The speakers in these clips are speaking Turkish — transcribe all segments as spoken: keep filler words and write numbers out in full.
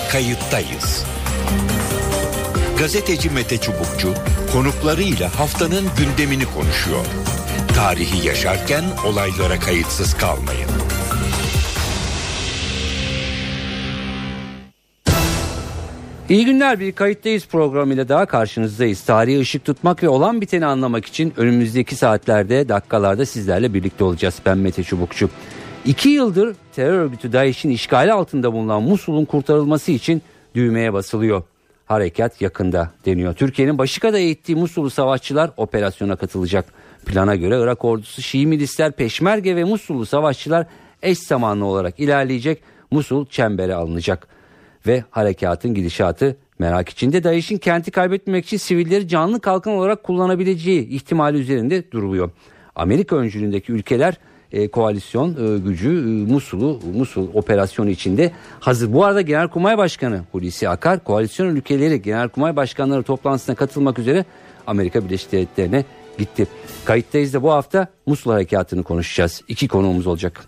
kayıttayız. Gazeteci Mete Çubukçu konuklarıyla haftanın gündemini konuşuyor. Tarihi yaşarken olaylara kayıtsız kalmayın. İyi günler, bir kayıttayız programıyla daha karşınızdayız. Tarihe ışık tutmak ve olan biteni anlamak için önümüzdeki saatlerde, dakikalarda sizlerle birlikte olacağız. Ben Mete Çubukçu. İki yıldır terör örgütü DAEŞ'in işgali altında bulunan Musul'un kurtarılması için düğmeye basılıyor. Harekat yakında deniyor. Türkiye'nin Başika'da eğittiği Musul'lu savaşçılar operasyona katılacak. Plana göre Irak ordusu, Şii milisler, Peşmerge ve Musul'lu savaşçılar eş zamanlı olarak ilerleyecek. Musul çembere alınacak. Ve harekatın gidişatı merak içinde. DAEŞ'in kenti kaybetmemek için sivilleri canlı kalkan olarak kullanabileceği ihtimali üzerinde duruluyor. Amerika öncülüğündeki ülkeler e, koalisyon e, gücü e, Musul'u Musul operasyonu içinde hazır. Bu arada Genelkurmay Başkanı Hulusi Akar koalisyon ülkeleri Genelkurmay Başkanları toplantısına katılmak üzere Amerika Birleşik Devletleri'ne gitti. Kayıttayız da bu hafta Musul harekatını konuşacağız. İki konuğumuz olacak.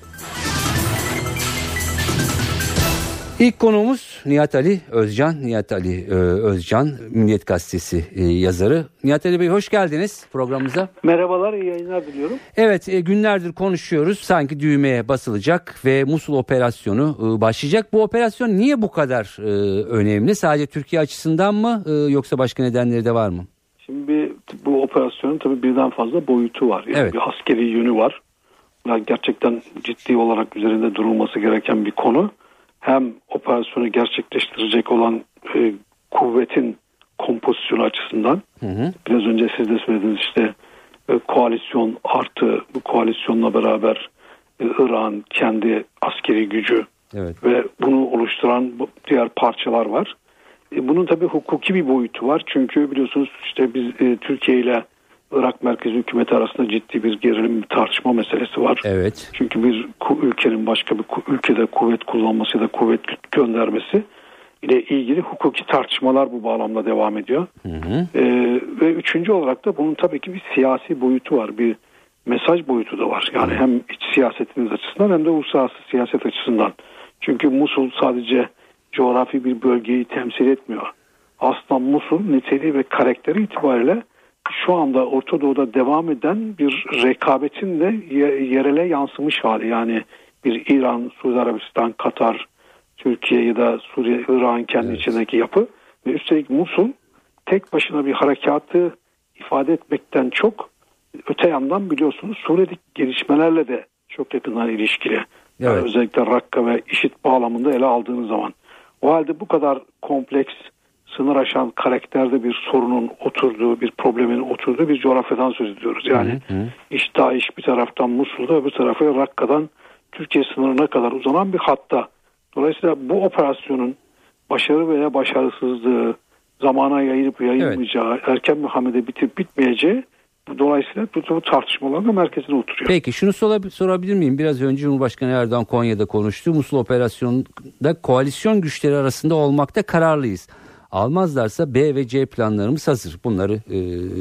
İlk konuğumuz Nihat Ali Özcan. Nihat Ali e, Özcan, Milliyet Gazetesi e, yazarı. Nihat Ali Bey, hoş geldiniz programımıza. Merhabalar, iyi yayınlar diliyorum. Evet, e, günlerdir konuşuyoruz. Sanki düğmeye basılacak ve Musul operasyonu e, başlayacak. Bu operasyon niye bu kadar e, önemli? Sadece Türkiye açısından mı e, yoksa başka nedenleri de var mı? Şimdi bu operasyonun tabii birden fazla boyutu var. Yani evet. Bir askeri yönü var. Yani gerçekten ciddi olarak üzerinde durulması gereken bir konu. Hem operasyonu gerçekleştirecek olan e, kuvvetin kompozisyonu açısından, hı hı. biraz önce siz de söylediniz işte e, koalisyon artı bu koalisyonla beraber e, Irak'ın kendi askeri gücü evet. ve bunu oluşturan diğer parçalar var. E, bunun tabii hukuki bir boyutu var. Çünkü biliyorsunuz işte biz e, Türkiye ile Irak merkezi hükümeti arasında ciddi bir gerilim, bir tartışma meselesi var. Evet. Çünkü bir ülkenin başka bir ülkede kuvvet kullanması ya da kuvvet göndermesi ile ilgili hukuki tartışmalar bu bağlamda devam ediyor. Hı hı. Ee, ve üçüncü olarak da bunun tabii ki bir siyasi boyutu var, bir mesaj boyutu da var. Yani hı. hem iç siyasetiniz açısından hem de uluslararası siyaset açısından. Çünkü Musul sadece coğrafi bir bölgeyi temsil etmiyor. Aslında Musul niteliği ve karakteri itibariyle şu anda Orta Doğu'da devam eden bir rekabetin de yerele yansımış hali. Yani bir İran, Suudi Arabistan, Katar, Türkiye ya da Suriye, Irak'ın kendi evet. içindeki yapı. Ve üstelik Musul tek başına bir harekatı ifade etmekten çok öte yandan biliyorsunuz Suriye'deki gelişmelerle de çok yakından ilişkili. Evet. Yani özellikle Rakka ve IŞİD bağlamında ele aldığınız zaman. O halde bu kadar kompleks, sınır aşan karakterde bir sorunun oturduğu, bir problemin oturduğu bir coğrafyadan söz ediyoruz. Yani hı hı. işte DAEŞ bir taraftan Musul'da, öbür tarafı Rakka'dan Türkiye sınırına kadar uzanan bir hatta. Dolayısıyla bu operasyonun başarı veya başarısızlığı, zamana yayılıp yayılmayacağı, evet. erken bir hamlede bitip bitmeyeceği, dolayısıyla bu, bu tartışmaların da merkezine oturuyor. Peki şunu sorabilir miyim? Biraz önce Cumhurbaşkanı Erdoğan Konya'da konuştu. Musul operasyonunda koalisyon güçleri arasında olmakta kararlıyız. Almazlarsa B ve C planlarımız hazır. Bunları e,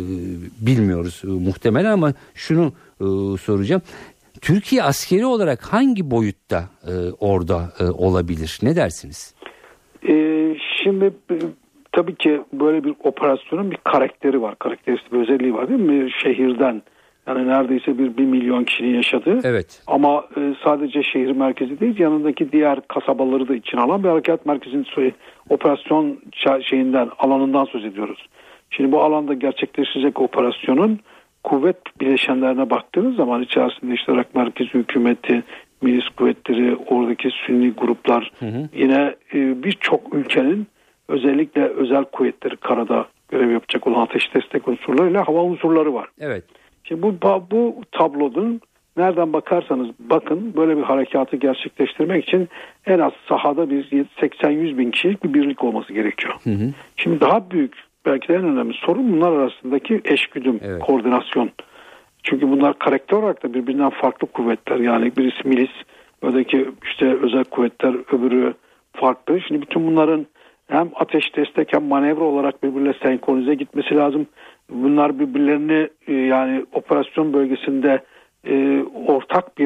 bilmiyoruz e, muhtemelen ama şunu e, soracağım. Türkiye askeri olarak hangi boyutta e, orada e, olabilir? Ne dersiniz? E, şimdi e, tabii ki böyle bir operasyonun bir karakteri var. Karakteristik bir özelliği var değil mi? Şehirden yani neredeyse bir, bir milyon kişinin yaşadığı. Evet. Ama e, sadece şehir merkezi değil, yanındaki diğer kasabaları da içine alan bir harekat merkezinin operasyon şeyinden, alanından söz ediyoruz. Şimdi bu alanda gerçekleşecek operasyonun kuvvet bileşenlerine baktığınız zaman içerisinde işte Irak merkezi hükümeti, milis kuvvetleri, oradaki Sünni gruplar, hı hı. yine e, birçok ülkenin özellikle özel kuvvetleri karada görev yapacak olan ateş destek unsurlarıyla hava unsurları var. Evet. Şimdi bu, bu tablonun nereden bakarsanız bakın böyle bir harekatı gerçekleştirmek için en az sahada bir seksen yüz bin kişilik bir birlik olması gerekiyor. Hı hı. Şimdi daha büyük belki de en önemli sorun bunlar arasındaki eşgüdüm, evet. koordinasyon. Çünkü bunlar karakter olarak da birbirinden farklı kuvvetler. Yani birisi milis, öteki işte özel kuvvetler, öbürü farklı. Şimdi bütün bunların hem ateş destek hem manevra olarak birbirle senkronize gitmesi lazım. Bunlar birbirlerini yani operasyon bölgesinde e, ortak bir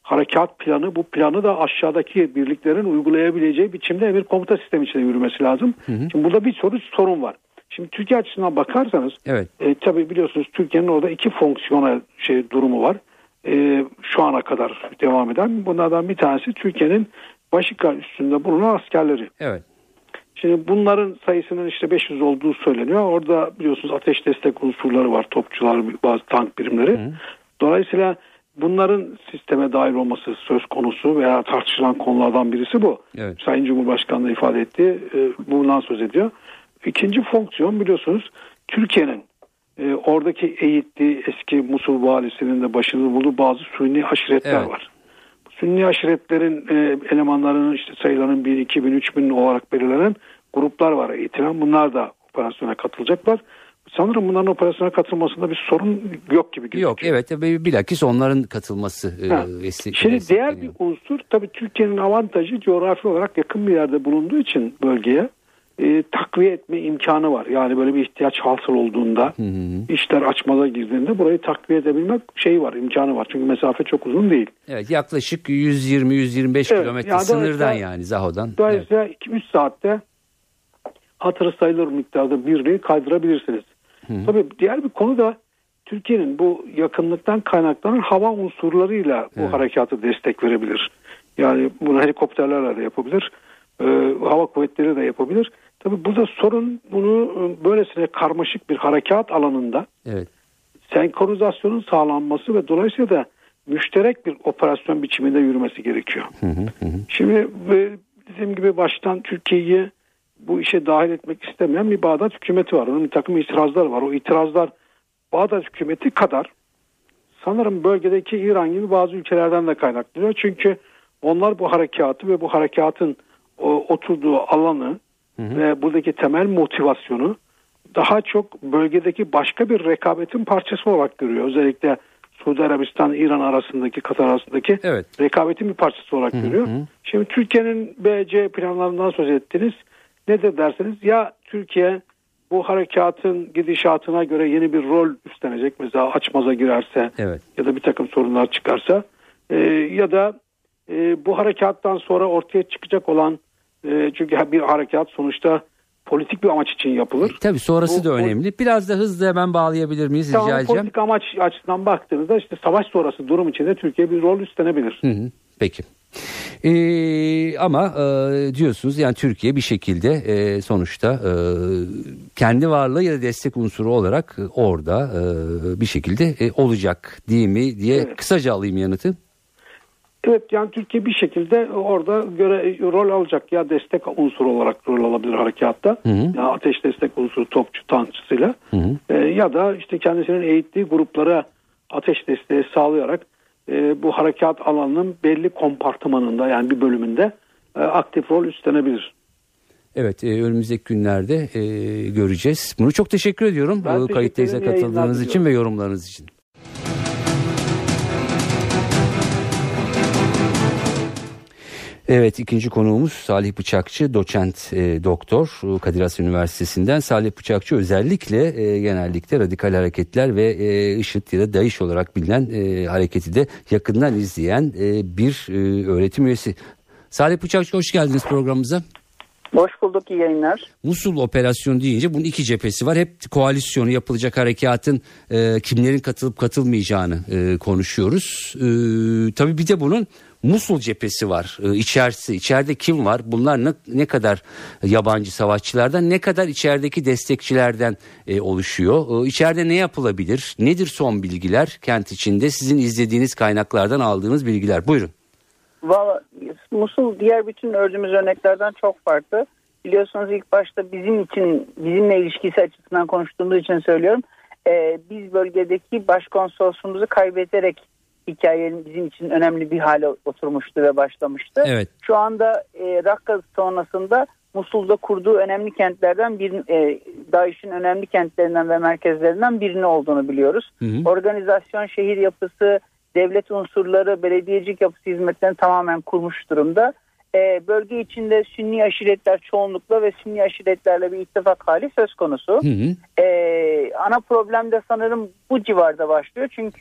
harekat planı, bu planı da aşağıdaki birliklerin uygulayabileceği biçimde emir komuta sistemi içinde yürümesi lazım. Hı hı. Şimdi burada bir soru sorun var. Şimdi Türkiye açısından bakarsanız evet. e, tabii biliyorsunuz Türkiye'nin orada iki fonksiyonel şey durumu var. E, şu ana kadar devam eden. Bunlardan bir tanesi Türkiye'nin Başika üstünde bulunan askerleri. Evet. Şimdi bunların sayısının işte beş yüz olduğu söyleniyor. Orada biliyorsunuz ateş destek unsurları var. Topçular, bazı tank birimleri. Hı. Dolayısıyla bunların sisteme dahil olması söz konusu veya tartışılan konulardan birisi bu. Evet. Sayın Cumhurbaşkanı da ifade etti. Bundan söz ediyor. İkinci fonksiyon biliyorsunuz Türkiye'nin e, oradaki Eğitli eski Musul valisinin de başında bulduğu bazı Sünni aşiretler evet. var. Sünni aşiretlerin e, elemanlarının işte sayılarının bin, iki bin, üç bin olarak belirlenen gruplar var eğitilen. Bunlar da operasyona katılacaklar. Sanırım bunların operasyona katılmasında bir sorun yok gibi gözüküyor. Yok evet bilakis onların katılması. E, Şimdi diğer bir unsur tabii Türkiye'nin avantajı coğrafi olarak yakın bir yerde bulunduğu için bölgeye e, takviye etme imkanı var. Yani böyle bir ihtiyaç hasıl olduğunda hı hı. işler açmaza girdiğinde burayı takviye edebilmek şey var, imkanı var. Çünkü mesafe çok uzun değil. Evet yaklaşık yüz yirmi yüz yirmi beş evet, kilometre yani sınırdan yani Zaho'dan. Dolayısıyla iki üç evet. saatte hatırı sayılır miktarda birliği kaydırabilirsiniz. Hı hı. Tabii diğer bir konu da Türkiye'nin bu yakınlıktan kaynaklanan hava unsurlarıyla bu evet. harekatı destek verebilir. Yani bunu helikopterlerle de yapabilir. Ee, hava kuvvetleri de yapabilir. Tabii burada sorun bunu böylesine karmaşık bir harekat alanında evet. senkronizasyonun sağlanması ve dolayısıyla da müşterek bir operasyon biçiminde yürümesi gerekiyor. Hı hı hı. Şimdi bizim gibi baştan Türkiye'yi bu işe dahil etmek istemeyen bir Bağdat hükümeti var. Onun bir takım itirazlar var. O itirazlar Bağdat hükümeti kadar sanırım bölgedeki İran gibi bazı ülkelerden de kaynaklanıyor. Çünkü onlar bu harekatı ve bu harekatın o, oturduğu alanı hı hı. ve buradaki temel motivasyonu daha çok bölgedeki başka bir rekabetin parçası olarak görüyor. Özellikle Suudi Arabistan, İran arasındaki, Katar arasındaki evet. rekabetin bir parçası olarak hı hı. görüyor. Şimdi Türkiye'nin B C planlarından söz ettiniz. Nedir derseniz ya Türkiye bu harekatın gidişatına göre yeni bir rol üstlenecek. Mesela açmaza girerse evet. ya da bir takım sorunlar çıkarsa e, ya da e, bu harekattan sonra ortaya çıkacak olan e, çünkü bir harekat sonuçta politik bir amaç için yapılır. E, tabii sonrası bu, da önemli. Biraz da hızlı hemen bağlayabilir miyiz tamam, rica edeceğim. Politik amaç açısından baktığınızda işte savaş sonrası durum içinde Türkiye bir rol üstlenebilir. Hı hı. Peki. Ee, ama e, diyorsunuz yani Türkiye bir şekilde e, sonuçta e, kendi varlığı ya da destek unsuru olarak e, orada e, bir şekilde e, olacak değil mi diye evet. kısaca alayım yanıtı. Evet yani Türkiye bir şekilde orada göre rol alacak ya destek unsuru olarak rol alabilir harekatta. Hı hı. Ya ateş destek unsuru topçu tankçısıyla hı hı. E, ya da işte kendisinin eğittiği gruplara ateş desteği sağlayarak e, bu harekat alanının belli kompartımanında yani bir bölümünde e, aktif rol üstlenebilir. Evet e, önümüzdeki günlerde e, göreceğiz. Bunu çok teşekkür ediyorum. Ben Kayıttayız'a katıldığınız için ve yorumlarınız için. Evet ikinci konuğumuz Salih Bıçakçı doçent e, doktor Kadir Has Üniversitesi'nden. Salih Bıçakçı özellikle e, genellikle radikal hareketler ve e, IŞİD ya da DAEŞ olarak bilinen e, hareketi de yakından izleyen e, bir e, öğretim üyesi. Salih Bıçakçı hoş geldiniz programımıza. Hoş bulduk, iyi yayınlar. Musul operasyonu deyince bunun iki cephesi var. Hep koalisyonu yapılacak harekatın e, kimlerin katılıp katılmayacağını e, konuşuyoruz. E, tabii bir de bunun Musul cephesi var. E, içerisi, içeride kim var? Bunlar ne, ne kadar yabancı savaşçılardan, ne kadar içerideki destekçilerden e, oluşuyor? E, içeride ne yapılabilir? Nedir son bilgiler kent içinde? Sizin izlediğiniz kaynaklardan aldığınız bilgiler. Buyurun. Valla Musul diğer bütün gördüğümüz örneklerden çok farklı. Biliyorsunuz ilk başta bizim için, bizimle ilişkisi açısından konuştuğumuz için söylüyorum. Ee, biz bölgedeki başkonsolosumuzu kaybederek hikayenin bizim için önemli bir hale oturmuştu ve başlamıştı. Evet. Şu anda e, Rakka sonrasında Musul'da kurduğu önemli kentlerden bir, e, DAEŞ'in önemli kentlerinden ve merkezlerinden birini olduğunu biliyoruz. Hı hı. Organizasyon, şehir yapısı, devlet unsurları, belediyecilik yapısı hizmetlerini tamamen kurmuş durumda. Ee, bölge içinde Sünni aşiretler çoğunlukla ve Sünni aşiretlerle bir ittifak hali söz konusu. Hı hı. Ee, ana problem de sanırım bu civarda başlıyor. Çünkü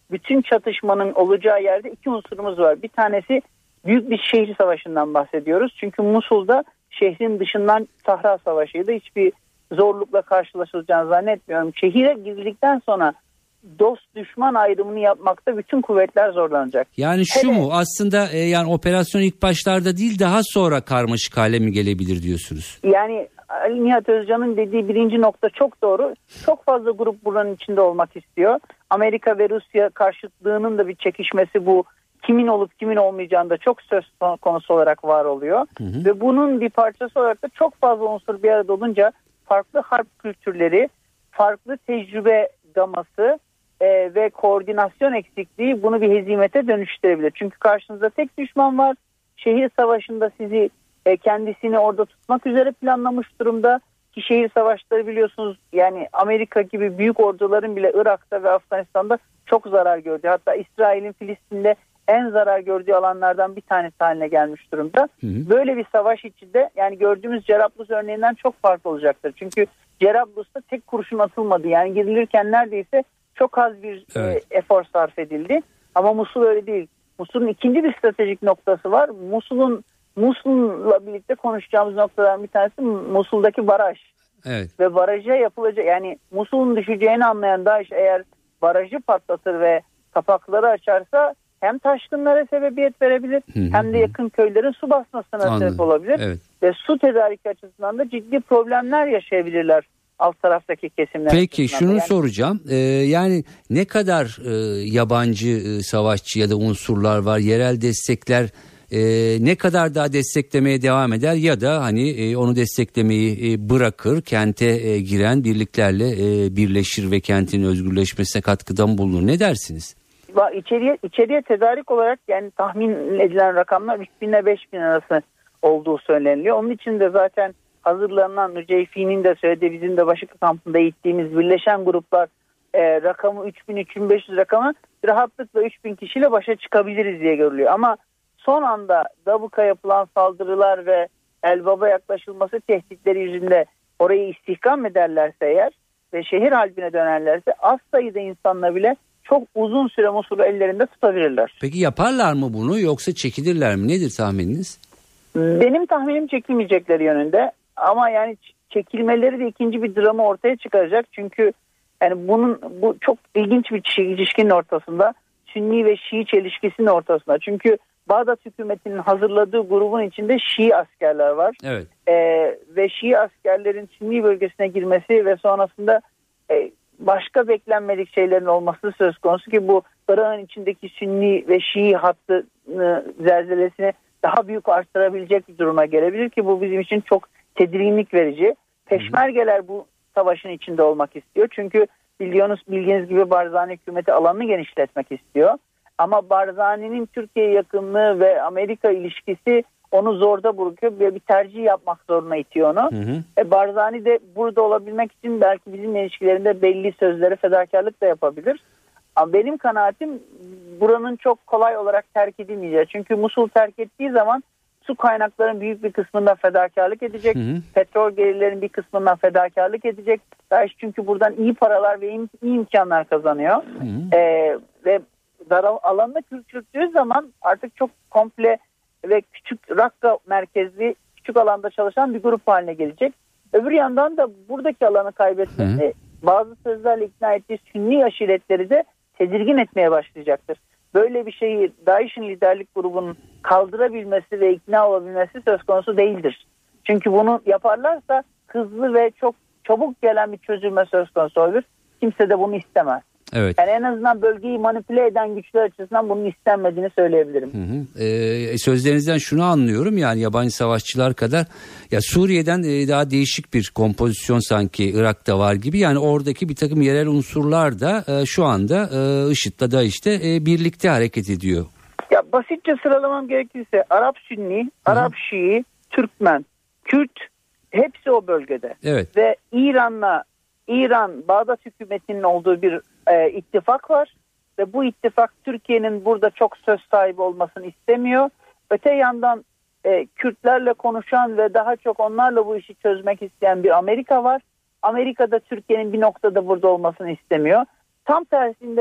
bütün çatışmanın olacağı yerde iki unsurumuz var. Bir tanesi büyük bir şehir savaşından bahsediyoruz. Çünkü Musul'da şehrin dışından Sahra Savaşı'ydı. Hiçbir zorlukla karşılaşılacağını zannetmiyorum. Şehire girdikten sonra dost düşman ayrımını yapmakta bütün kuvvetler zorlanacak. Yani şu Hele, mu aslında e, yani operasyon ilk başlarda değil daha sonra karmaşık hale mi gelebilir diyorsunuz? Yani Ali Nihat Özcan'ın dediği birinci nokta çok doğru. Çok fazla grup buranın içinde olmak istiyor. Amerika ve Rusya karşıtlığının da bir çekişmesi bu. Kimin olup kimin olmayacağında çok söz konusu olarak var oluyor. Hı hı. Ve bunun bir parçası olarak da çok fazla unsur bir arada olunca farklı harp kültürleri, farklı tecrübe gaması e, ve koordinasyon eksikliği bunu bir hezimete dönüştürebilir. Çünkü karşınızda tek düşman var. Şehir savaşında sizi e, kendisini orada tutmak üzere planlamış durumda. Ki şehir savaşları biliyorsunuz yani Amerika gibi büyük orduların bile Irak'ta ve Afganistan'da çok zarar gördü. Hatta İsrail'in Filistin'de en zarar gördüğü alanlardan bir tanesi haline gelmiş durumda. Hı hı. Böyle bir savaş içinde yani gördüğümüz Cerablus örneğinden çok farklı olacaktır. Çünkü Cerablus'ta tek kurşun atılmadı. Yani girilirken neredeyse çok az bir evet. e, efor sarf edildi. Ama Musul öyle değil. Musul'un ikinci bir stratejik noktası var. Musul'un Musul'la birlikte konuşacağımız noktadan bir tanesi Musul'daki baraj. Evet. Ve baraja yapılacak yani Musul'un düşeceğini anlayan DAEŞ eğer barajı patlatır ve kapakları açarsa hem taşkınlara sebebiyet verebilir hı hı. hem de yakın köylerin su basmasına Anladım. sebep olabilir. Evet. Ve su tedariki açısından da ciddi problemler yaşayabilirler alt taraftaki kesimler. Peki şunu yani, soracağım. Ee, yani ne kadar e, yabancı e, savaşçı ya da unsurlar var? Yerel destekler e, ne kadar daha desteklemeye devam eder ya da hani e, onu desteklemeyi e, bırakır, kente e, giren birliklerle e, birleşir ve kentin özgürleşmesine katkıda mı bulunur? Ne dersiniz? İçeriye, içeriye tedarik olarak yani tahmin edilen rakamlar üç bin ile beş bin arası olduğu söyleniliyor. Onun için de zaten hazırlanan Müceyfi'nin de söylediği bizim de Başaklı kampında eğittiğimiz birleşen gruplar e, rakamı üç bin üç bin beş yüz rakamı rahatlıkla üç bin kişiyle başa çıkabiliriz diye görülüyor. Ama son anda Dabuk'a yapılan saldırılar ve Elbap'a yaklaşılması tehditleri yüzünde orayı istihkam ederlerse eğer ve şehir halbine dönerlerse az sayıda insanla bile çok uzun süre Musul'u ellerinde tutabilirler. Peki yaparlar mı bunu yoksa çekilirler mi? Nedir tahmininiz? Benim tahminim çekilmeyecekleri yönünde. Ama yani çekilmeleri de ikinci bir dramı ortaya çıkaracak. Çünkü yani bunun bu çok ilginç bir ilişkinin ortasında. Sünni ve Şii çelişkisinin ortasında. Çünkü Bağdat hükümetinin hazırladığı grubun içinde Şii askerler var. Evet. Ee, ve Şii askerlerin Sünni bölgesine girmesi ve sonrasında e, başka beklenmedik şeylerin olması söz konusu ki bu Irak'ın içindeki Sünni ve Şii hattı zelzelesini daha büyük arttırabilecek bir duruma gelebilir ki bu bizim için çok tedirginlik verici. Peşmergeler bu savaşın içinde olmak istiyor. Çünkü biliyorsunuz bildiğiniz gibi Barzani hükümeti alanını genişletmek istiyor. Ama Barzani'nin Türkiye yakınlığı ve Amerika ilişkisi onu zorda bırakıyor ve bir tercih yapmak zoruna itiyor onu. Hı hı. E Barzani de burada olabilmek için belki bizimle ilişkilerinde belli sözlere fedakarlık da yapabilir. Ama benim kanaatim buranın çok kolay olarak terk edilmeyeceği. Çünkü Musul terk ettiği zaman su kaynaklarının büyük bir kısmından fedakarlık edecek. Hı hı. Petrol gelirlerinin bir kısmından fedakarlık edecek. DAEŞ çünkü buradan iyi paralar ve iyi, iyi imkanlar kazanıyor. Hı hı. E, ve dar alanını küçülttüğü zaman artık çok komple ve küçük Rakka merkezli küçük alanda çalışan bir grup haline gelecek. Öbür yandan da buradaki alanı kaybetmesi hı. bazı sözlerle ikna ettiği Sünni aşiretleri de tedirgin etmeye başlayacaktır. Böyle bir şeyi DAEŞ'in liderlik grubunun kaldırabilmesi ve ikna olabilmesi söz konusu değildir. Çünkü bunu yaparlarsa hızlı ve çok çabuk gelen bir çözülme söz konusu olur. Kimse de bunu istemez. Evet. Yani en azından bölgeyi manipüle eden güçler açısından bunun istenmediğini söyleyebilirim. Hı hı. Ee, sözlerinizden şunu anlıyorum yani yabancı savaşçılar kadar ya Suriye'den e, daha değişik bir kompozisyon sanki Irak'ta var gibi. Yani oradaki bir takım yerel unsurlar da e, şu anda e, IŞİD'le da işte e, birlikte hareket ediyor. Ya basitçe sıralamam gerekirse Arap Sünni, hı. Arap Şii, Türkmen, Kürt hepsi o bölgede. Evet. Ve İran'la İran Bağdat hükümetinin olduğu bir e, ittifak var ve bu ittifak Türkiye'nin burada çok söz sahibi olmasını istemiyor. Öte yandan e, Kürtlerle konuşan ve daha çok onlarla bu işi çözmek isteyen bir Amerika var. Amerika da Türkiye'nin bir noktada burada olmasını istemiyor. Tam tersinde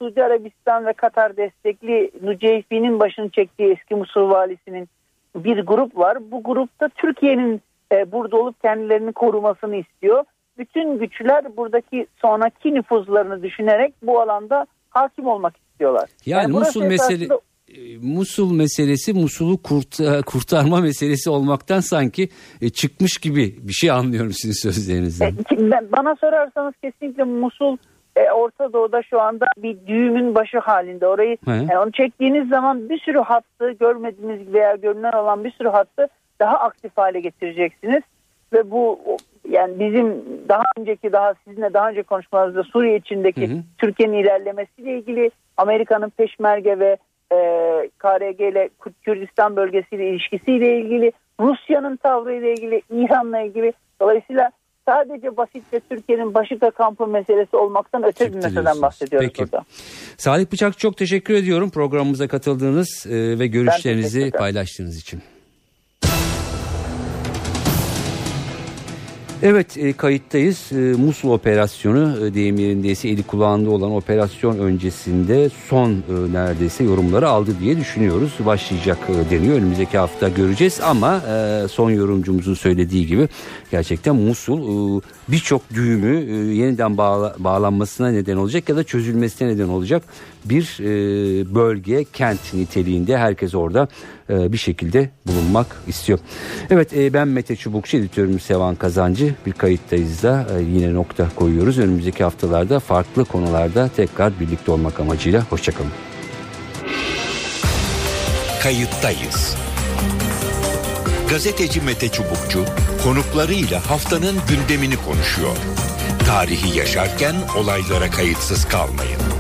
Suudi Arabistan ve Katar destekli Nuceyfi'nin başını çektiği eski Musul valisinin bir grup var. Bu grupta Türkiye'nin e, burada olup kendilerini korumasını istiyor. Bütün güçler buradaki sonraki nüfuzlarını düşünerek bu alanda hakim olmak istiyorlar. Yani, yani Musul mesele esasında... Musul meselesi Musul'u kurt, kurtarma meselesi olmaktan sanki e, çıkmış gibi bir şey anlıyorum sizin sözlerinizden. E, bana sorarsanız kesinlikle Musul e, Orta Doğu'da şu anda bir düğümün başı halinde. Orayı yani onu çektiğiniz zaman bir sürü hattı görmediğiniz veya görünen olan bir sürü hattı daha aktif hale getireceksiniz. Ve bu yani bizim daha önceki daha sizinle daha önce konuşmalarımızda Suriye içindeki hı hı. Türkiye'nin ilerlemesiyle ilgili Amerika'nın Peşmerge ve e, K R G ile Kürdistan bölgesiyle ilişkisiyle ilgili, Rusya'nın tavrıyla ilgili, İran'la ilgili, dolayısıyla sadece basitçe Türkiye'nin Başika kampı meselesi olmaktan öte bir meseleden bahsediyoruz Peki. burada. Salih Bıçak, çok teşekkür ediyorum programımıza katıldığınız e, ve görüşlerinizi paylaştığınız için. Evet, e, kayıttayız. E, Musul operasyonu e, deyim yerindeyse eli kulağında olan operasyon öncesinde son e, neredeyse yorumları aldı diye düşünüyoruz. Başlayacak e, deniyor. Önümüzdeki hafta göreceğiz ama e, son yorumcumuzun söylediği gibi gerçekten Musul e, birçok düğümü e, yeniden bağla, bağlanmasına neden olacak ya da çözülmesine neden olacak bir e, bölge, kent niteliğinde. Herkes orada e, bir şekilde bulunmak istiyor. Evet, e, ben Mete Çubukçu, editörüm Sevan Kazancı. Bir kayıttayız da e, yine nokta koyuyoruz. Önümüzdeki haftalarda farklı konularda tekrar birlikte olmak amacıyla. Hoşçakalın. Kayıttayız. Gazeteci Mete Çubukçu konuklarıyla haftanın gündemini konuşuyor. Tarihi yaşarken olaylara kayıtsız kalmayın.